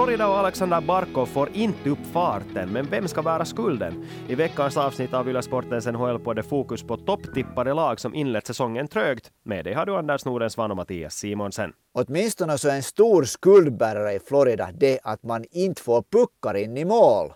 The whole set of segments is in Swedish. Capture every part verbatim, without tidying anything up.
Florida och Alexander Barkov får inte upp farten, men vem ska bära skulden? I veckans avsnitt av Yle Sportens N H L på fokus på topptippade lag som inlett säsongen trögt. Med det har du Anders Nordensvan och Mattias Simonsen. Åtminstone så är en stor skuldbärare i Florida det att man inte får puckar in i mål.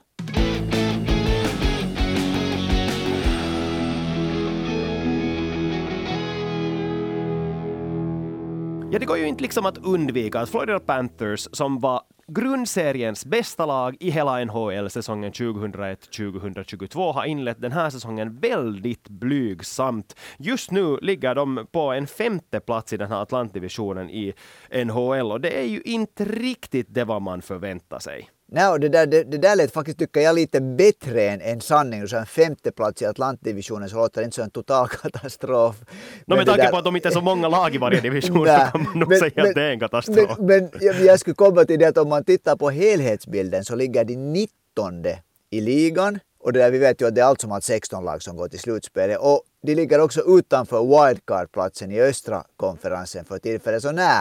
Ja, det går ju inte liksom att undvika att Florida Panthers, som var grundseriens bästa lag i hela N H L säsongen tjugohundraett tjugohundratjugotvå, har inlett den här säsongen väldigt blygsamt. Just nu ligger de på en femte plats i den här Atlantdivisionen i N H L och det är ju inte riktigt det vad man förväntar sig. Nej, det där, det, det där lät faktiskt tycker jag lite bättre än en sanning. Så en femte plats i Atlantdivisionen så låter det inte så en total katastrof. No, med tanke där... på att de inte är så många lag i varje division så kan man nog men, säga men, att det är en katastrof. Men, men jag, jag skulle komma till det att om man tittar på helhetsbilden så ligger de nittonde i ligan. Och det där, vi vet ju att det är allt som har sexton lag som går till slutspelet. Och de ligger också utanför wildcard-platsen i östra konferensen för tillfället. Så nej.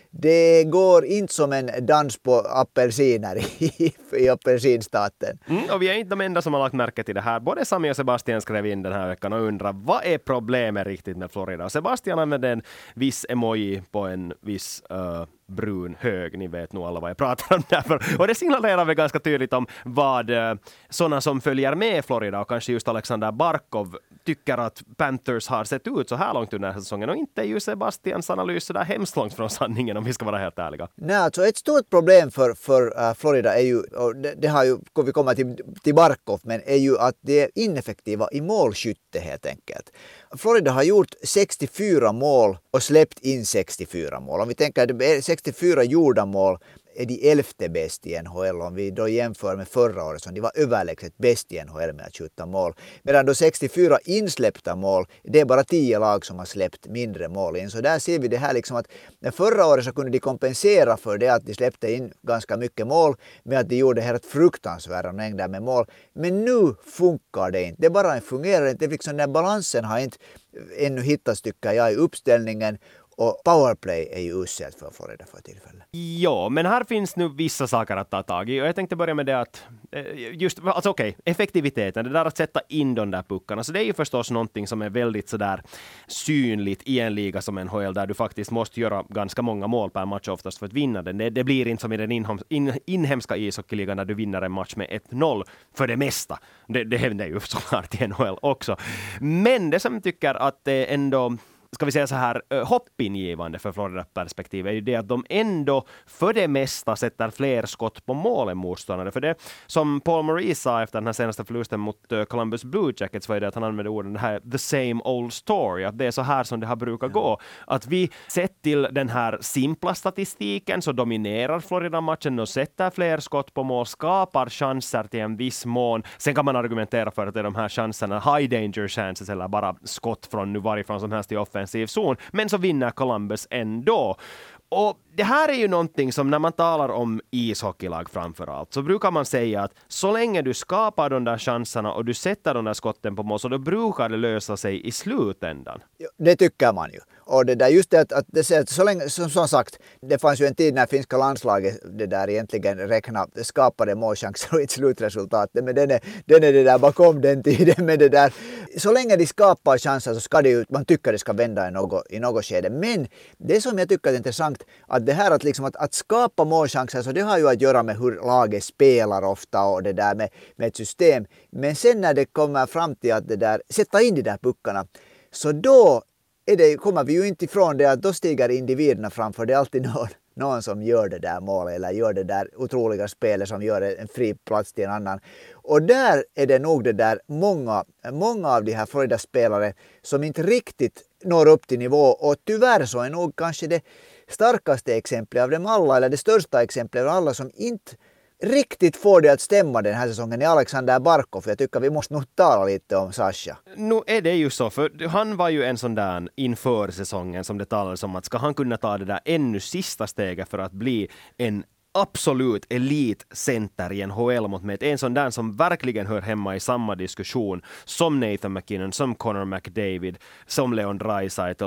Det går inte som en dans på apelsiner i, i apelsinstaten. Mm, och vi är inte de enda som har lagt märke till det här. Både Sami och Sebastian skrev in den här veckan och undrar vad är problemet riktigt med Florida. Och Sebastian använde en viss emoji på en viss uh, brun hög. Ni vet nog alla vad jag pratar om därför. Och det signalerar väl ganska tydligt om vad uh, sådana som följer med Florida och kanske just Alexander Barkov tycker att Panthers har sett ut så här långt under den här säsongen. Och inte är ju Sebastians analys så där hemskt långt från sanningen om vi ska vara helt ärliga. Nej, alltså ett stort problem för, för uh, Florida är ju, och det, det har ju, vi kommer till, till Barkov, men är ju att det är ineffektiva i målskytte helt enkelt. Florida har gjort sextiofyra mål och släppt in sextiofyra mål. Om vi tänker att det är sextiofyra gjorda mål är de elfte bäst i N H L om vi då jämför med förra året som de var överlägset bäst i N H L med att skjuta mål. Medan då sextiofyra insläppta mål, det är bara tio lag som har släppt mindre mål in. Så där ser vi det här liksom att förra året så kunde de kompensera för det att de släppte in ganska mycket mål med att de gjorde helt fruktansvärda mängder med mål. Men nu funkar det inte. Det bara fungerar inte. Liksom den balansen har inte ännu hittats tycker jag i uppställningen. Och powerplay är ju uselt för Florida för tillfället. Ja, men här finns nu vissa saker att ta tag i. Och jag tänkte börja med det att just, alltså okej, okay, effektiviteten, det där att sätta in de där puckarna. Så det är ju förstås någonting som är väldigt sådär synligt i en liga som N H L där du faktiskt måste göra ganska många mål per match oftast för att vinna den. Det, det blir inte som i den inhom, in, inhemska ishockeyligan där du vinner en match med ett noll för det mesta. Det, det händer ju såklart i N H L också. Men det som tycker att det ändå ska vi säga så här, hoppingivande för Florida-perspektiv är ju det att de ändå för det mesta sätter fler skott på mål än motståndare. För det som Paul Maurice sa efter den här senaste förlusten mot Columbus Blue Jackets var det att han använde orden här, the same old story, att det är så här som det har brukat ja. gå. Att vi sett till den här simpla statistiken så dominerar Florida-matchen och sätter fler skott på mål, skapar chanser till en viss mån. Sen kan man argumentera för att det är de här chanserna, high danger chances eller bara skott från nu varifrån som helst i offensiv zon, men så vinner Columbus ändå. Och det här är ju någonting som när man talar om ishockeylag framförallt så brukar man säga att så länge du skapar de där chanserna och du sätter de där skotten på mål så då brukar det lösa sig i slutändan. Det tycker man ju. Och det där just det att, att det säger så länge som, som sagt det fanns ju en tid när finska landslaget det där egentligen räkna skapade målchanser och ett slutresultat men den är, den är det där bakom den tiden med det där så länge de skapar chanser så ska det ju man tycker det ska vända i något, i något skede men det som jag tycker är intressant att det här att, liksom att, att skapa målchanser så det har ju att göra med hur laget spelar ofta och det där med, med ett system men sen när det kommer fram till att det där sätta in de där puckarna så då är det, kommer vi ju inte ifrån det att då stiger individerna framför det är alltid någon, någon som gör det där målet eller gör det där otroliga spelet som gör en fri plats till en annan. Och där är det nog det där många, många av de här Florida-spelare som inte riktigt når upp till nivå och tyvärr så är nog kanske det starkaste exemplet av dem alla eller det största exemplet av alla som inte riktigt får det att stämma den här säsongen är Alexander Barkov. Jag tycker vi måste nog tala lite om Sasha. Nu är det ju så, för han var ju en sån där inför säsongen som det talades om att ska han kunna ta det där ännu sista steget för att bli en absolut elitcenter i N H L mot med en sån där som verkligen hör hemma i samma diskussion som Nathan McKinnon, som Connor McDavid, som Leon Draisaitl.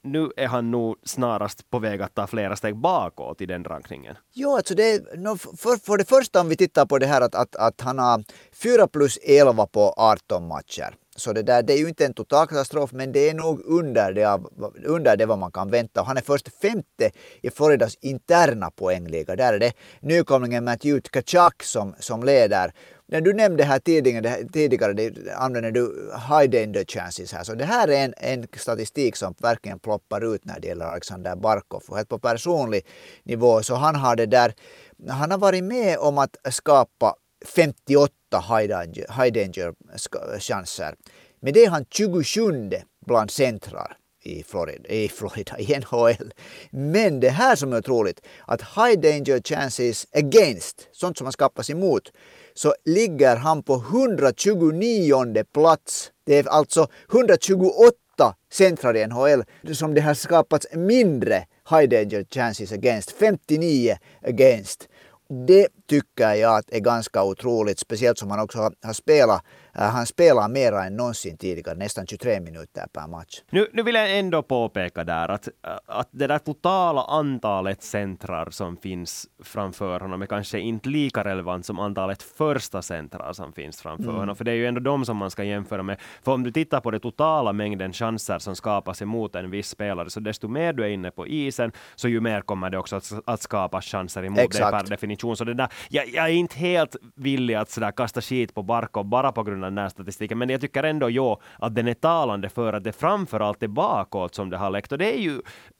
nu är han nog snarast på väg att ta flera steg bakåt i den rankningen. Jo, alltså det är, no, för, för det första om vi tittar på det här att, att, att han har fyra plus elva på arton matcher. Så det där, det är ju inte en total katastrof, men det är nog under det, av, under det vad man kan vänta. Och han är först femte i Floridas interna poängliga. Där är det nykomlingen Matthew Tkachuk som, som leder. När du nämnde här tidigare, tidigare det använder du high danger chances här. Så det här är en, en statistik som verkligen ploppar ut när det gäller Alexander Barkov. Och helt på personlig nivå så han har det där, han har varit med om att skapa femtioåtta high danger, high danger chanser. Men det är han tjugosjunde bland centrar i Florida, i Florida, i N H L. Men det här som är otroligt, att high danger chances against, sånt som man skapas emot, så ligger han på hundratjugonionde plats. Det är alltså hundratjugoåtta centrar i N H L som det har skapats mindre high danger chances against, femtionio against. Det tycker jag att är ganska otroligt, speciellt som han också har, har spelat. Uh, han spelar mera än någonsin tidigare, nästan tjugotre minuter per match. Nu, nu vill jag ändå påpeka där att, att det där totala antalet centrar som finns framför honom är kanske inte lika relevant som antalet första centrar som finns framför mm. honom. För det är ju ändå de som man ska jämföra med. För om du tittar på det totala mängden chanser som skapas emot en viss spelare, så desto mer du är inne på isen, så ju mer kommer det också att, att skapa chanser emot dig per definition. Så det där, jag, jag är inte helt villig att sådär kasta skit på Barkov bara på grund av den här statistiken, men jag tycker ändå jo, att den är talande för att det framförallt är bakåt som det har läckt, och det är ju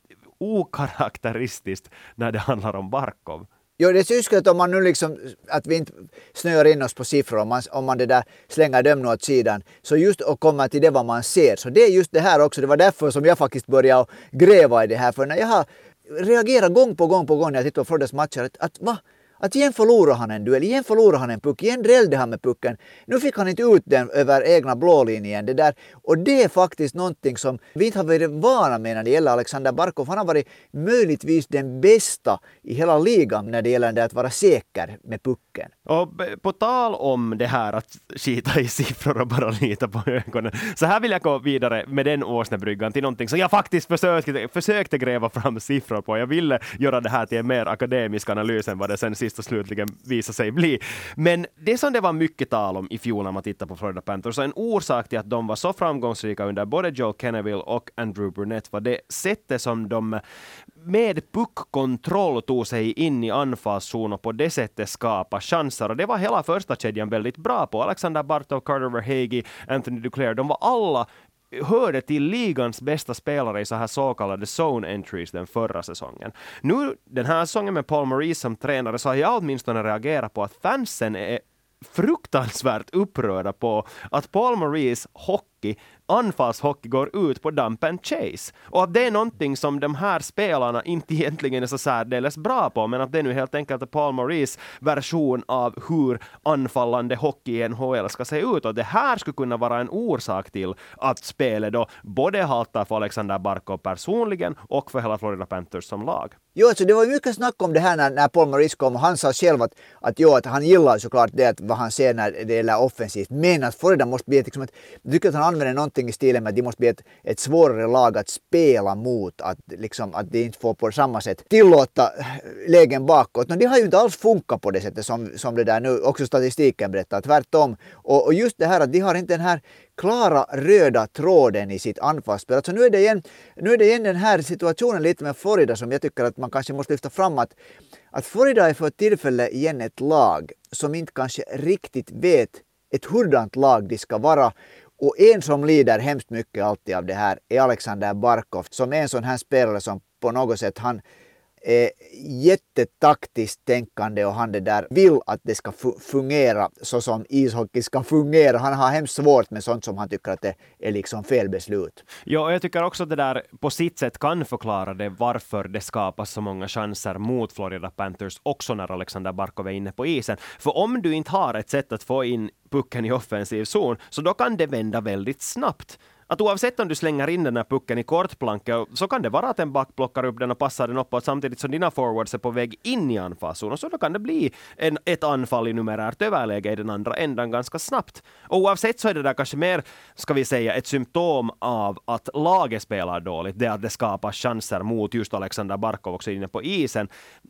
okaraktäristiskt när det handlar om Barkov. Jo, det är just att om man nu liksom, att vi inte snöar in oss på siffror, om man, om man det där slänger dem åt sidan, så just att komma till det vad man ser, så det är just det här också, det var därför som jag faktiskt började gräva i det här, för när jag har reagerat gång på gång på gång när jag tittar på Floridas matcher, att, att va? Att igen förlorar han en duell, igen förlorar han en puck, igen drällde han med pucken. Nu fick han inte ut den över egna blålinjen. Det där. Och det är faktiskt någonting som vi inte har varit vana med när det gäller Alexander Barkov. Han har varit möjligtvis den bästa i hela ligan när det gäller det att vara säker med pucken. Och på tal om det här att skita i siffror och bara lita på ögonen, så här vill jag gå vidare med den åsnebryggan till någonting som jag faktiskt försökte, försökte gräva fram siffror på. Jag ville göra det här till en mer akademisk analys än vad det sen sist och slutligen visade sig bli. Men det som det var mycket tal om i fjol när man tittar på Florida Panthers, så en orsak till att de var så framgångsrika under både Joe Kennevill och Andrew Brunette var det sättet som de med puckkontroll tog sig in i anfallszon och på det sättet skapa chanser. Och det var hela första kedjan väldigt bra på. Alexander Bartov, Carter Verhaeghe, Anthony Duclair, de var alla hörde till ligans bästa spelare i så här så kallade zone entries den förra säsongen. Nu, den här säsongen med Paul Maurice som tränare, så har jag åtminstone reagerat på att fansen är fruktansvärt upprörda på att Paul Maurice hockey, anfallshockey, går ut på dump and chase. Och att det är någonting som de här spelarna inte egentligen är så särdeles bra på, men att det nu helt enkelt är Paul Maurice version av hur anfallande hockey i N H L ska se ut. Och det här skulle kunna vara en orsak till att spelet då både haltar för Alexander Barkov personligen och för hela Florida Panthers som lag. Jo, alltså det var mycket snack om det här när, när Paul Maurice kom, och han sa själv att, att, jo, att han gillar såklart det att vad han ser när det gäller offensivt, men att Florida måste bli ett, liksom, att, jag tycker att han använder någonting i stilen med att de måste bli ett, ett svårare lag att spela mot, att, liksom, att de inte får på samma sätt tillåta lägen bakåt. Men det har ju inte alls funkat på det sättet som, som det där nu, också statistiken berättar, tvärtom. Och, och just det här att de har inte den här klara röda tråden i sitt anfallsspel. Alltså nu är det igen, nu är det igen den här situationen lite med Florida som jag tycker att man kanske måste lyfta fram, att, att Florida är för ett tillfälle igen ett lag som inte kanske riktigt vet ett hurdant lag de ska vara. Och en som lider hemskt mycket alltid av det här är Alexander Barkov, som är en sån här spelare som på något sätt han är jättetaktiskt tänkande och han det där vill att det ska fungera så som ishockey ska fungera. Han har hemskt svårt med sånt som han tycker att det är liksom fel beslut. Ja, jag tycker också att det där på sitt sätt kan förklara det varför det skapas så många chanser mot Florida Panthers också när Alexander Barkov är inne på isen. För om du inte har ett sätt att få in pucken i offensiv zon, så då kan det vända väldigt snabbt. att oavsett om du slänger in den här pucken i kortplanket så kan det vara att en back plockar upp den och passar den uppåt samtidigt som dina forwards är på väg in i anfallszon. Och så då kan det bli en, ett anfall i numerärt överläge i den andra ändan ganska snabbt. Och oavsett så är det där kanske mer, ska vi säga, ett symptom av att laget spelar dåligt. Det är att det skapar chanser mot just Alexander Barkov också inne på isen.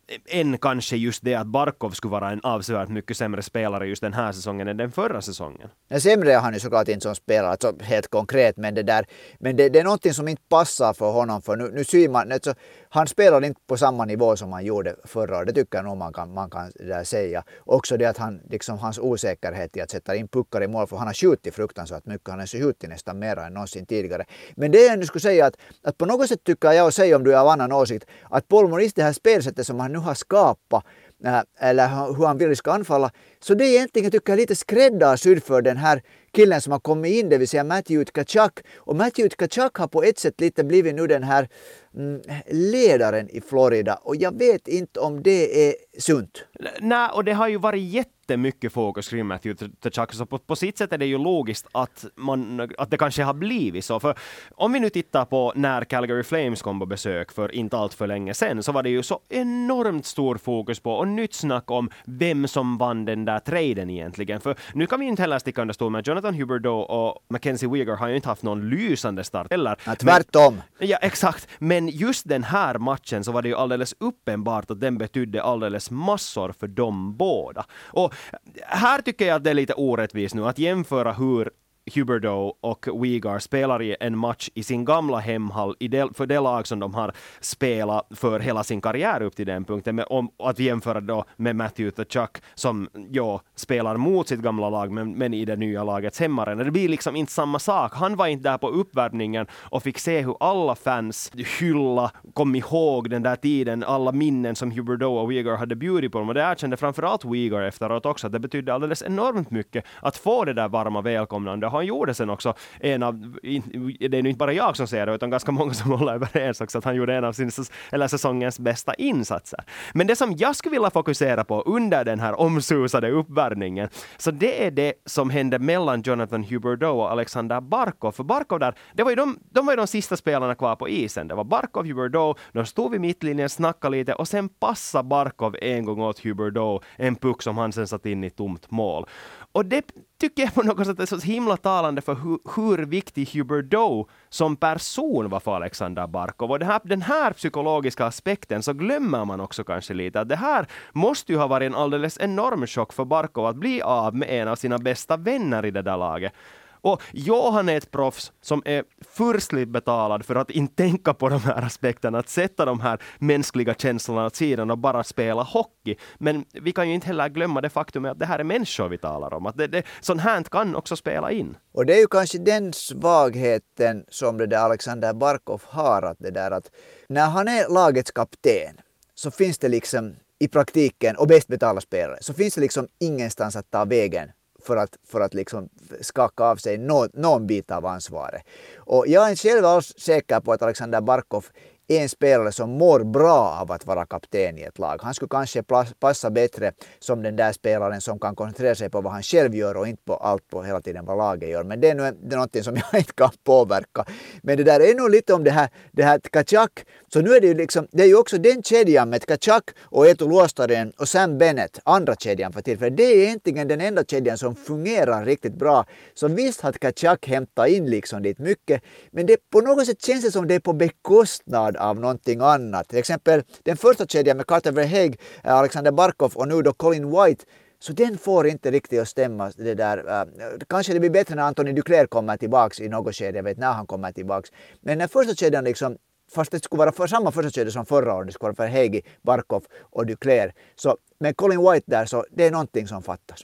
Än kanske just det att Barkov skulle vara en avsevärt mycket sämre spelare just den här säsongen än den förra säsongen. Ja, sämre är han ju såklart inte som spelare, alltså helt konkret, men det där, men det, det är någonting som inte passar för honom, för nu, nu ser man, alltså, han spelar inte på samma nivå som han gjorde förra året, det tycker jag nog man kan, man kan där säga. Också det att han, liksom hans osäkerhet i att sätta in puckar i mål, för han har skjutit fruktansvärt mycket, han har skjutit nästan mer än någonsin tidigare. Men det jag nu skulle säga att, att på något sätt tycker jag, och säga om du är av annan åsikt, att Paul Maurice, det här spelsättet som han nu har skapat, eller hur han vill ska anfalla, så det är egentligen, tycker jag, lite skräddarsydd för den här killen som har kommit in, det vill säga Matthew Tkachuk. Och Matthew Tkachuk har på ett sätt lite blivit nu den här mm, ledaren i Florida, och jag vet inte om det är sunt. Nej, och det har ju varit jättemycket fokus kring Matthew Tkachuk, så på, på sitt sätt är det ju logiskt att, man, att det kanske har blivit så. För om vi nu tittar på när Calgary Flames kom på besök för inte allt för länge sedan, så var det ju så enormt stor fokus på och nytt snack om vem som vann den där traden egentligen. För nu kan vi inte heller sticka under stol med Jonathan Huberdeau och Mackenzie Weegar har ju inte haft någon lysande start heller. Ja, tvärtom. Men, ja, exakt. Men just den här matchen så var det ju alldeles uppenbart att den betydde alldeles massor för dem båda. Och här tycker jag att det är lite orättvist nu att jämföra hur Huberdeau och Weegar spelar i en match i sin gamla hemhall i del, för det lag som de har spelat för hela sin karriär upp till den punkten, med, om att jämföra då med Matthew Tkachuk som ja, spelar mot sitt gamla lag men, men i det nya lagets hemmarena. Det blir liksom inte samma sak. Han var inte där på uppvärmningen och fick se hur alla fans hylla, kom ihåg den där tiden, alla minnen som Huberdeau och Weegar hade bjudit på dem, och det erkände framförallt Weegar efteråt också att det betydde alldeles enormt mycket att få det där varma välkomnande. Han gjorde sen också en av, det är nu inte bara jag som säger det utan ganska många som håller överens också, att han gjorde en av sin, eller säsongens bästa insatser. Men det som jag skulle vilja fokusera på under den här omsusade uppvärmningen, så det är det som hände mellan Jonathan Huberdeau och Alexander Barkov. För Barkov där, det var ju de, de var ju de sista spelarna kvar på isen. Det var Barkov, Huberdeau, de stod vid mittlinjen, snackade lite och sen passade Barkov en gång åt Huberdeau en puck som han sen satt in i tomt mål. Och det tycker jag på något sätt är så himla talande för hur, hur viktig Huberdeau som person var för Alexander Barkov. Och det här, den här psykologiska aspekten så glömmer man också kanske lite att det här måste ju ha varit en alldeles enorm chock för Barkov att bli av med en av sina bästa vänner i det där laget. Och Johan är ett proffs som är förstligt betalad för att inte tänka på de här aspekterna, att sätta de här mänskliga känslorna åt sidan och bara spela hockey. Men vi kan ju inte heller glömma det faktum att det här är människor vi talar om. Att det, det, sånt här kan också spela in. Och det är ju kanske den svagheten som det där Alexander Barkov har, att det där att när han är lagets kapten så finns det liksom i praktiken, och bäst betalda spelare, så finns det liksom ingenstans att ta vägen för att, för att liksom skaka av sig någon, någon bit av ansvaret. Och jag är inte själv alls säker på att Alexander Barkov är en spelare som mår bra av att vara kapten i ett lag. Han skulle kanske passa bättre som den där spelaren som kan koncentrera sig på vad han själv gör och inte på allt på hela tiden vad laget gör. Men det är, nu, det är någonting som jag inte kan påverka. Men det där är nog lite om det här, det här Tkachuk. Så nu är det ju liksom, det är ju också den kedjan med Tkachuk och Eetu Luostarinen och Sam Bennett, andra kedjan för tillfället. Det är egentligen den enda kedjan som fungerar riktigt bra. Så visst har Tkachuk hämtat in liksom dit mycket, men det på något sätt känns det som det är på bekostnad av någonting annat. Till exempel den första kedjan med Carter Verhaeghe, Alexander Barkov och nu då Colin White, så den får inte riktigt att stämma. Det där. Uh, kanske det blir bättre när Anthony Duclair kommer tillbaka i något skede, jag vet när han kommer tillbaka. Men den första kedjan liksom, fast det skulle vara för samma första kedja som förra året, det skulle vara Verhaeghe, Barkov och Duclair. Så med Colin White där, så det är någonting som fattas.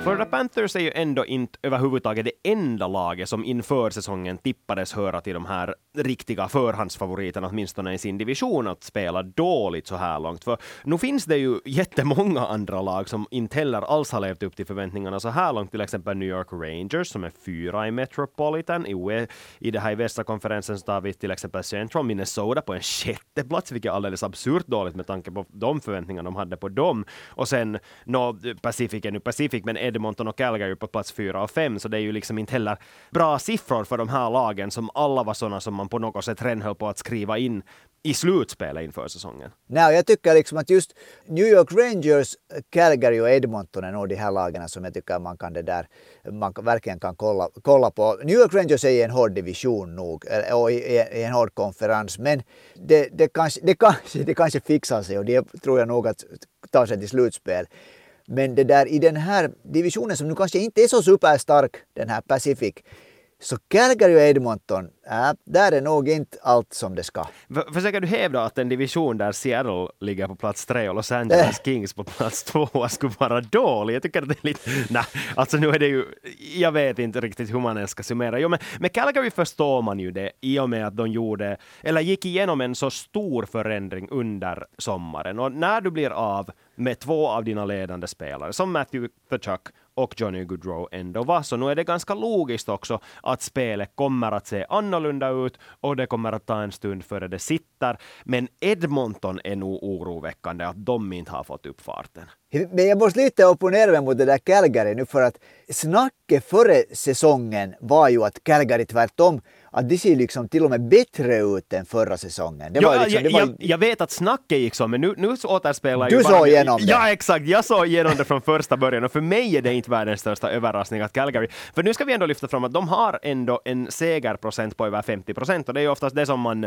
För Panthers är ju ändå inte överhuvudtaget det enda laget som inför säsongen tippades höra till de här riktiga förhandsfavoriterna, åtminstone i sin division, att spela dåligt så här långt. För nu finns det ju jättemånga andra lag som inte heller alls har levt upp till förväntningarna så här långt. Till exempel New York Rangers som är fyra i Metropolitan. I, i det här i västra konferensen så tar vi till exempel Central, Minnesota på en sjätte plats, vilket är alldeles absurt dåligt med tanke på de förväntningar de hade på dem. Och sen, no, Pacific är nu Pacific, men Edmonton och Calgary på plats fyra och fem, så det är ju liksom inte heller bra siffror för de här lagen som alla var sådana som man på något sätt redan höll på att skriva in i slutspelet inför säsongen. Nej, jag tycker liksom att just New York Rangers, Calgary och Edmonton är nog de här lagarna som jag tycker man kan det där, man verkligen kan kolla, kolla på. New York Rangers är i en hård division nog och i, i en hård konferens, men det, det, kanske, det, kanske, det kanske fixar sig och det tror jag nog att ta sig till slutspel. Men det där i den här divisionen som nu kanske inte är så superstark, den här Pacific, så Calgary och Edmonton, äh, där är nog inte allt som det ska. För, försöker du hävda att en division där Seattle ligger på plats tre och Los Angeles äh. Kings på plats två skulle vara dålig? Jag tycker att det är lite... Nej, alltså nu är det ju... Jag vet inte riktigt hur man ska summera. Jo, men med Calgary förstår man ju det i och med att de gjorde... Eller gick igenom en så stor förändring under sommaren. Och när du blir av med två av dina ledande spelare, som Matthew Tkachuk och Johnny Gaudreau ändå var, så nu är det ganska logiskt också att spelet kommer att se annorlunda ut och det kommer att ta en stund före det sitter. Men Edmonton är nog oroväckande att de inte har fått upp farten. Men jag måste lite opponera mig mot det där Calgary nu, för att snacket före säsongen var ju att Calgary tvärtom, att det ser liksom till och med bättre ut än förra säsongen. Det ja, var liksom, jag, det var... Jag, jag vet att snacket gick så, men nu, nu återspelar du ju bara... såg igenom det. Ja, exakt. Jag såg igenom det från första början och för mig är det inte världens största överraskning att Calgary... För nu ska vi ändå lyfta fram att de har ändå en segerprocent på över femtio procent och det är ju oftast det som man...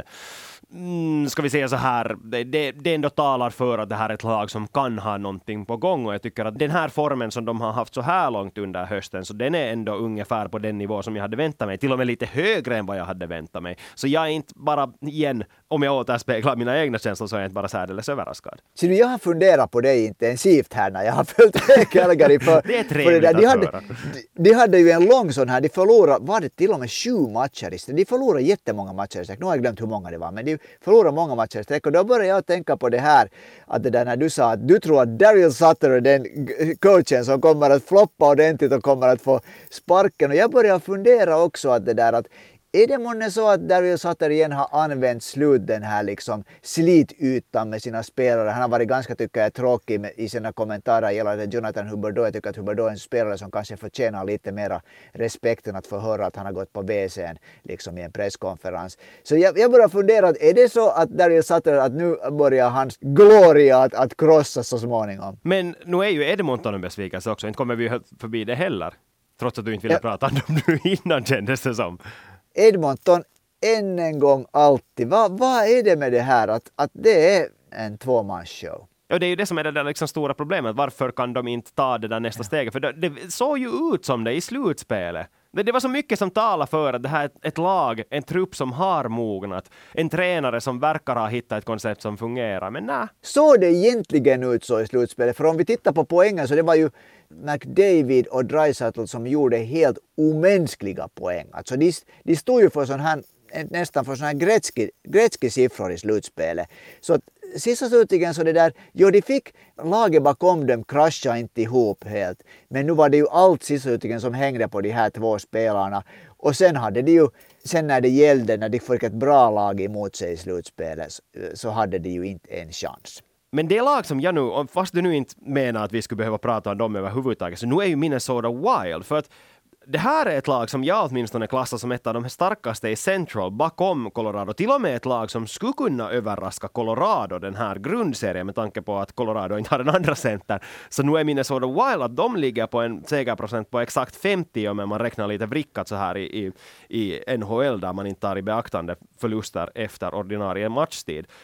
Mm, ska vi säga så här, det, det, det ändå talar för att det här är ett lag som kan ha någonting på gång, och jag tycker att den här formen som de har haft så här långt under hösten, så den är ändå ungefär på den nivå som jag hade väntat mig, till och med lite högre än vad jag hade väntat mig. Så jag är inte bara, igen, om jag återspeglar mina egna känslor, så är jag inte bara särdeles överraskad. Så jag har funderat på det intensivt här när jag har följt Calgary för det är trevligt för det där. De, hade, höra. de, de hade ju en lång sån här, de förlorade, var det till och med sju matcher i sträck. De förlorade jättemånga matcher i sträck. Nu har jag glömt hur många det var, men de förlorade många matcher i sträck. Och då började jag tänka på det här, att det där när du sa att du tror att Daryl Sutter är den coachen som kommer att floppa ordentligt och kommer att få sparken. Och jag började fundera också att det där att är det månne så att Daryl Sutter igen har använt slut den här liksom slitytan med sina spelare? Han har varit ganska, tycker jag, tråkig med, i sina kommentarer gällande Jonathan Huberdeau. Jag tycker att Huberdeau är en spelare som kanske förtjänar lite mera respekt än att få höra att han har gått på B C:n liksom i en presskonferens. Så jag, jag börjar fundera, att är det så att Daryl Sutter, att nu börjar hans gloria att, att krossas så småningom? Men nu är ju Edmonton en besvikelse också. Inte kommer vi förbi det heller. Trots att du inte ville ja. prata om dem nu innan, kändes det som. Edmonton, än en gång alltid. Vad, vad är det med det här att, att det är en tvåmansshow? Ja, det är ju det som är det där liksom stora problemet. Varför kan de inte ta det där nästa ja. steg? För det, det såg ju ut som det i slutspelet. Det, det var så mycket som talar för att det här är ett, ett lag, en trupp som har mognat. En tränare som verkar ha hittat ett koncept som fungerar, men nej. Såg det egentligen ut så i slutspelet? För om vi tittar på poängen, så det var ju McDavid och Draisaitl som gjorde helt omänskliga poäng. Alltså de, de stod ju för sån här, nästan för sån här Gretzky, Gretzky-siffror i slutspelet. Så att sista slutligen så det där, jo de fick laget bakom dem, krascha inte ihop helt. Men nu var det ju allt sista slutligen som hängde på de här två spelarna. Och sen hade de ju, sen när det gällde, när de fick ett bra lag emot sig i slutspelet, så hade de ju inte en chans. Men det lag som jag nu, fast du nu inte menar att vi skulle behöva prata om dem överhuvudtaget, så nu är ju Minnesota Wild. För att det här är ett lag som jag åtminstone klassar som ett av de starkaste i Central bakom Colorado. Till och med ett lag som skulle kunna överraska Colorado den här grundserien med tanke på att Colorado inte har den andra centern. Så nu är Minnesota Wild att de ligger på en segerprocent på exakt femtio om man räknar lite vrickat så här i, i, i N H L där man inte tar i beaktande förluster efter ordinarie matchtid.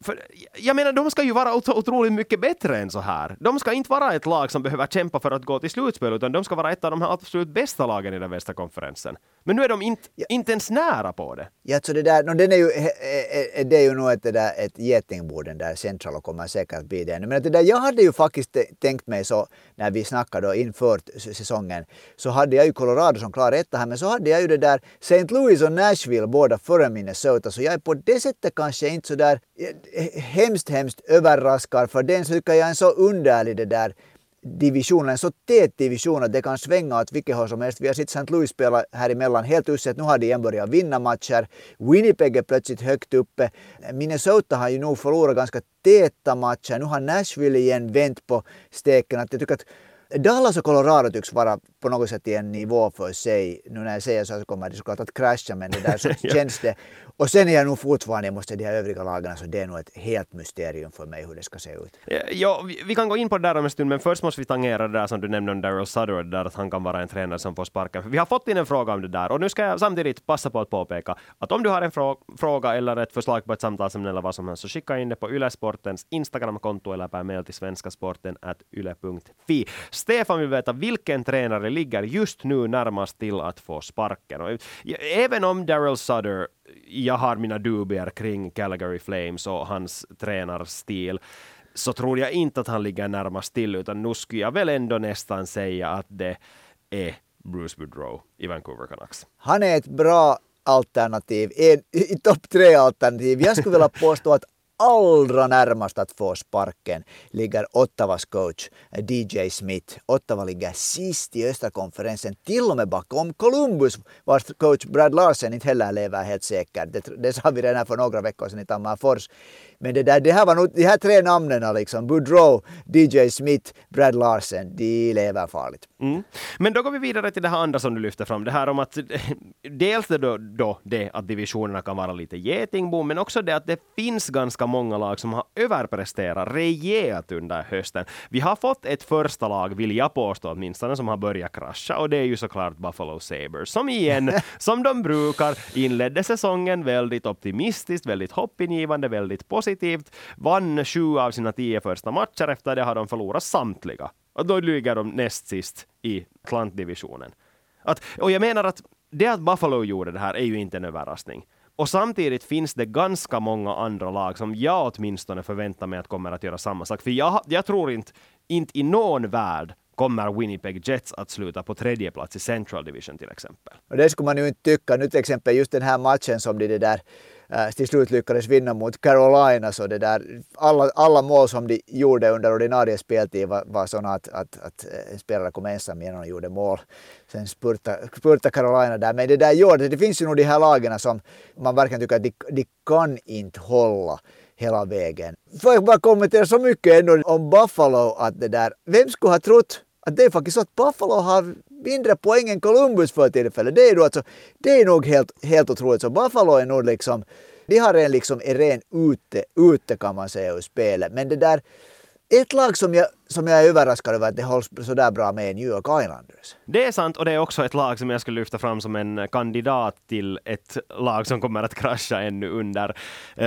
För, jag menar, de ska ju vara ot- otroligt mycket bättre än så här. De ska inte vara ett lag som behöver kämpa för att gå till slutspel, utan de ska vara ett av de här absolut bästa lagen i den västra konferensen. Men nu är de inte, ja. inte ens nära på det. Ja, så det där, no, den är ju, det är ju nog ett, det där, ett getingbord, den där Central, och kommer säkert bli det. Men det där, jag hade ju faktiskt tänkt mig så, när vi snackade då inför säsongen, så hade jag ju Colorado som klar etta här, men så hade jag ju det där Saint Louis och Nashville båda före Minnesota, så jag är på det sättet kanske inte så där hemskt, hemskt överraskad, för den så tycker jag är en så underlig det där divisionen, en så tät division att det kan svänga åt vilket håll som helst. Vi har sett Saint Louis spela här emellan helt utsett. Nu har de igen börjat vinna matcher. Winnipeg är plötsligt högt uppe. Minnesota har ju nog förlorat ganska täta matcher. Nu har Nashville igen vänt på steken. Att jag tycker att Dallas och Colorado tycks vara på något sätt i en nivå för sig. Nu när jag säger så, så kommer det såklart att krascha, men det där så känns det. Och sen är jag nog fortfarande, jag måste de här övriga lagarna, så det är nog ett helt mysterium för mig hur det ska se ut. Ja, vi, vi kan gå in på det där om en stund, men först måste vi tangera det där som du nämnde om Daryl Sutter, där att han kan vara en tränare som får sparken. För vi har fått in en fråga om det där, och nu ska jag samtidigt passa på att påpeka att om du har en frå- fråga eller ett förslag på ett samtalsämne eller vad som helst, så skicka in det på Yle Sportens Instagram-konto eller per mail till svenskasporten at yle punkt fi. Stefan vill veta vilken tränare ligger just nu närmast till att få sparken. Och även om Daryl Sutter, jag har mina dubier kring Calgary Flames och hans tränarstil, så tror jag inte att han ligger närmast till, utan nu skulle jag väl ändå nästan säga att det är Bruce Boudreau i Vancouver Canucks. Han är ett bra alternativ, en, i topp tre alternativ. Jag skulle vilja påstå att allra närmast att få sparken ligger Ottawas coach D J Smith. Ottawa ligger sist i östra konferensen, till och med bakom Columbus, vars coach Brad Larsen inte heller lever helt säkert. Det, det sa vi redan för några veckor sedan i Tammerfors. Men det, där, det här var nog, de här tre namnen, liksom, Boudreau, D J Smith, Brad Larsen, de lever farligt. Mm. Men då går vi vidare till det här andra som du lyfter fram. Det här om att dels det då, då det att divisionerna kan vara lite getingbo, men också det att det finns ganska många lag som har överpresterat rejält under hösten. Vi har fått ett första lag, vill jag påstå åtminstone, som har börjat krascha, och det är ju såklart Buffalo Sabres, som igen, som de brukar, inledde säsongen väldigt optimistiskt, väldigt hoppingivande, väldigt positivt, vann sju av sina tio första matcher, efter det har de förlorat samtliga. Och då ligger de näst sist i Atlantdivisionen. Att, och jag menar att det att Buffalo gjorde det här är ju inte en överraskning. Och samtidigt finns det ganska många andra lag som jag åtminstone förväntar mig att kommer att göra samma sak. För jag, jag tror inte, inte i någon värld kommer Winnipeg Jets att sluta på tredje plats i Central Division till exempel. Och det skulle man ju inte tycka. Nu till exempel just den här matchen som de det där äh, till slut lyckades vinna mot Carolina, så det där, alla, alla mål som de gjorde under ordinarie speltid var, var sådana att, att, att en spelare kom ensam igen och gjorde mål. Sen spurta, spurta Carolina där. Men det där gjorde, det finns ju nog de här lagarna som man verkligen tycker att de, de kan inte hålla hela vägen. Får jag bara kommentera så mycket ändå om Buffalo att det där, vem skulle ha trott att det är faktiskt så att Buffalo har mindre poäng än Columbus för tillfället. Det är, alltså, det är nog helt, helt otroligt. Så Buffalo är nog liksom, de har en, liksom, en ren ute, ute kan man säga ur spelet. Men det där, ett lag som jag, som jag är överraskad över att det hålls så där bra med New York Islanders. Det är sant, och det är också ett lag som jag skulle lyfta fram som en kandidat till ett lag som kommer att krascha ännu under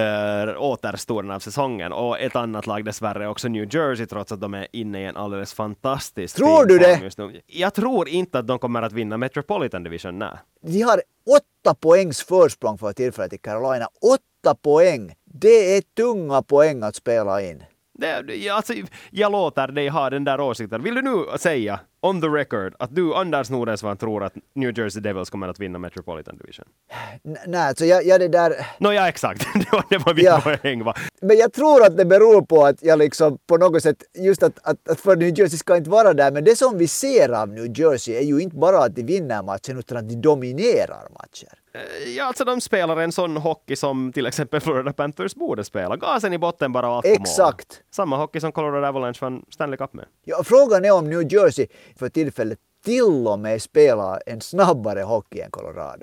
äh, återstoden av säsongen. Och ett annat lag dessvärre är också New Jersey, trots att de är inne i en alldeles fantastisk Tror du det? just nu. Jag tror inte att de kommer att vinna Metropolitan Division, nej. De har åtta poängs försprång för tillfället i Carolina. Åtta poäng! Det är tunga poäng att spela in. Det, alltså, jag låter dig ha den där åsikten. Vill du nu säga, on the record, att du, Anders Nordensvan, tror att New Jersey Devils kommer att vinna Metropolitan Division? N- nej, så jag, jag det där... Nå ja, exakt. det var, det var min ja. poäng, va? Men jag tror att det beror på att jag liksom på något sätt, just att, att, att för New Jersey ska inte vara där, men det som vi ser av New Jersey är ju inte bara att de vinner matchen, utan att de dominerar matcher. Ja, alltså de spelar en sån hockey som till exempel Florida Panthers borde spela. Gasen i botten, bara allt på mål. Exakt. Samma hockey som Colorado Avalanche vann Stanley Cup med. Ja, frågan är om New Jersey för tillfället till och med spelar en snabbare hockey än Colorado.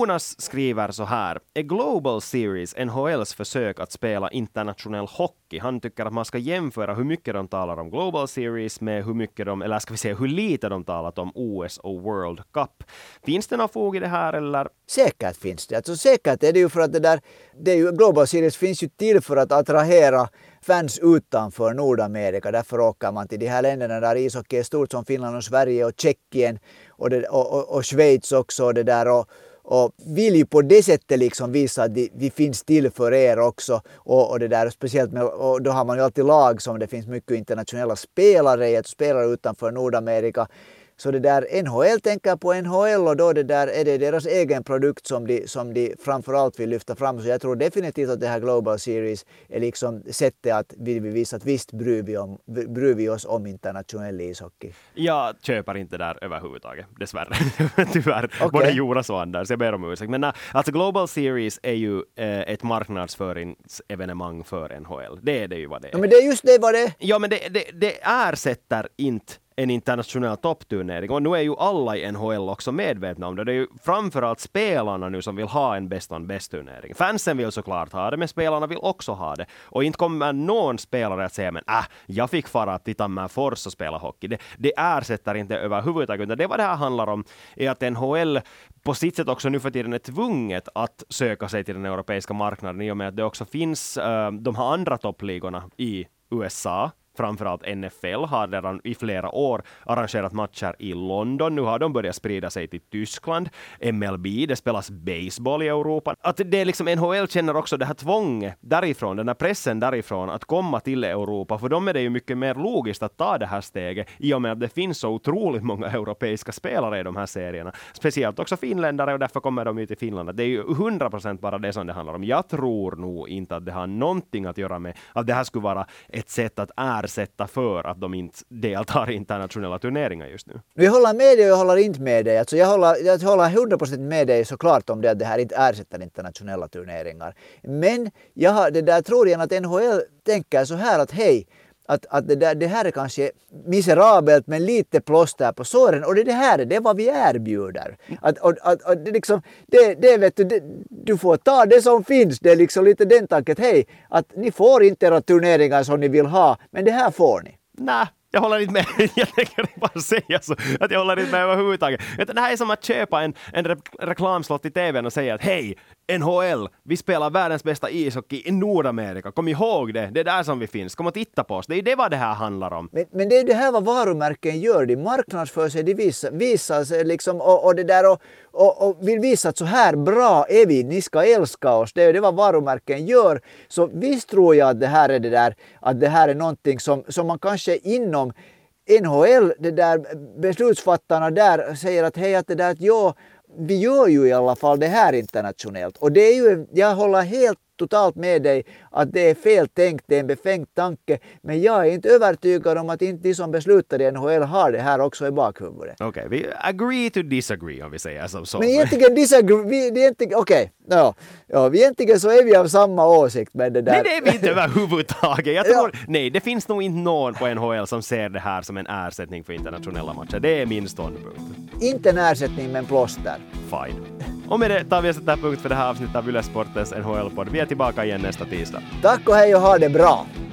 Jonas skriver så här: är Global Series N H L:s försök att spela internationell hockey? Han tycker att man ska jämföra hur mycket de talar om Global Series med hur mycket de, eller ska vi säga hur lite de talat om O S och World Cup. Finns det någon fog i det här eller? Säkert finns det. Alltså säkert är det ju för att det där, det är ju, Global Series finns ju till för att attrahera fans utanför Nordamerika. Därför åker man till de här länderna där ishockey är stort som Finland och Sverige och Tjeckien och, det, och, och, och Schweiz också. Och det där och, och vill ju på det sättet liksom visa att de, vi finns till för er också. Och, och det där speciellt med, och då har man ju alltid lag som det finns mycket internationella spelare i, att spelare utanför Nordamerika. Så det där N H L tänker på N H L och då det där är det deras egen produkt som de, som de framförallt vill lyfta fram. Så jag tror definitivt att det här Global Series är liksom sättet att vi vill visa att visst bryr vi, om, bryr vi oss om internationell ishockey. Jag köper inte där överhuvudtaget, dessvärre. Tyvärr, okay. Både Jonas och Anders, jag ber om ursäkt. Men alltså Global Series är ju eh, ett marknadsföringsevenemang för N H L. Det är det ju vad det är. Ja, men det är just det vad det är. Ja, men det, det, det ersätter inte en internationell toppturnering. Och nu är ju alla i N H L också medvetna om det. Det är ju framförallt spelarna nu som vill ha en bäst on bäst turnering. Fansen vill såklart ha det, men spelarna vill också ha det. Och inte kommer någon spelare att säga, men äh, jag fick fara till Tammerfors och spela hockey. Det, det ersätter inte överhuvudtaget. Det vad det här handlar om är att N H L på sitt sätt också nu för tiden är tvunget att söka sig till den europeiska marknaden i och med att det också finns uh, de här andra toppligorna i U S A. Framförallt N F L har redan i flera år arrangerat matcher i London. Nu har de börjat sprida sig till Tyskland. M L B, det spelas baseball i Europa. Att det är liksom N H L känner också det här tvånget därifrån, den här pressen därifrån att komma till Europa. För dem är det ju mycket mer logiskt att ta det här steget i och med att det finns så otroligt många europeiska spelare i de här serierna. Speciellt också finländare och därför kommer de ju till Finland. Det är ju hundra procent bara det som det handlar om. Jag tror nog inte att det har någonting att göra med att det här skulle vara ett sätt att är sätta för att de inte deltar i internationella turneringar just nu. Vi håller med dig och jag håller inte med dig. Alltså jag håller, jag håller hundra procent med dig såklart om det att det här inte ersätter internationella turneringar. Men jag har, det där tror jag att N H L tänker så här att hej, att, att det, där, det här är kanske miserabelt men lite plåster på såren och det, det här det är vad vi erbjuder. Att, och, att, och det, liksom, det, det vet du, det, du får ta det som finns. Det är liksom lite den tanken, hej, att ni får inte era turneringar som ni vill ha, men det här får ni. Nej. Jag håller inte med. Jag tänker bara säga så. Att jag håller inte med överhuvudtaget. Det här är som att köpa en, en re- reklamslott i tvn och säga att hej, N H L, vi spelar världens bästa ishockey i Nordamerika. Kom ihåg det. Det är där som vi finns. Kom och titta på oss. Det är det vad det här handlar om. Men, men det är det här vad varumärken gör. De marknadsför sig, de visar, visar sig liksom och, och det där och, och, och vill visa att så här bra är vi. Ni ska älska oss. Det är det vad varumärken gör. Så visst tror jag att det här är det där, att det här är någonting som, som man kanske inom N H L, det där beslutsfattarna där säger att hej, att det där att ja, vi gör ju i alla fall det här internationellt. Och det är ju, jag håller helt totalt med dig att det är fel tänkt, det är en befängd tanke. Men jag är inte övertygad om att inte de som beslutar i N H L har det här också i bakhuvudet. Okej, okay, vi agree to disagree om vi säger som så. Men egentligen disagree, vi, egentligen, okej, okay, no, ja, egentligen så är vi av samma åsikt. Men det där... Nej, det är vi inte överhuvudtaget. Jag tror, ja. Nej, det finns nog inte någon på N H L som ser det här som en ersättning för internationella matcher. Det är min ståndpunkt. Inte en ersättning, men plåster. Fine. Och med det tar vi oss ett punkt för det här avsnittet av Yle Sportens N H L-podd. Vi är tillbaka igen nästa tisdag. Tack och hej och ha det bra!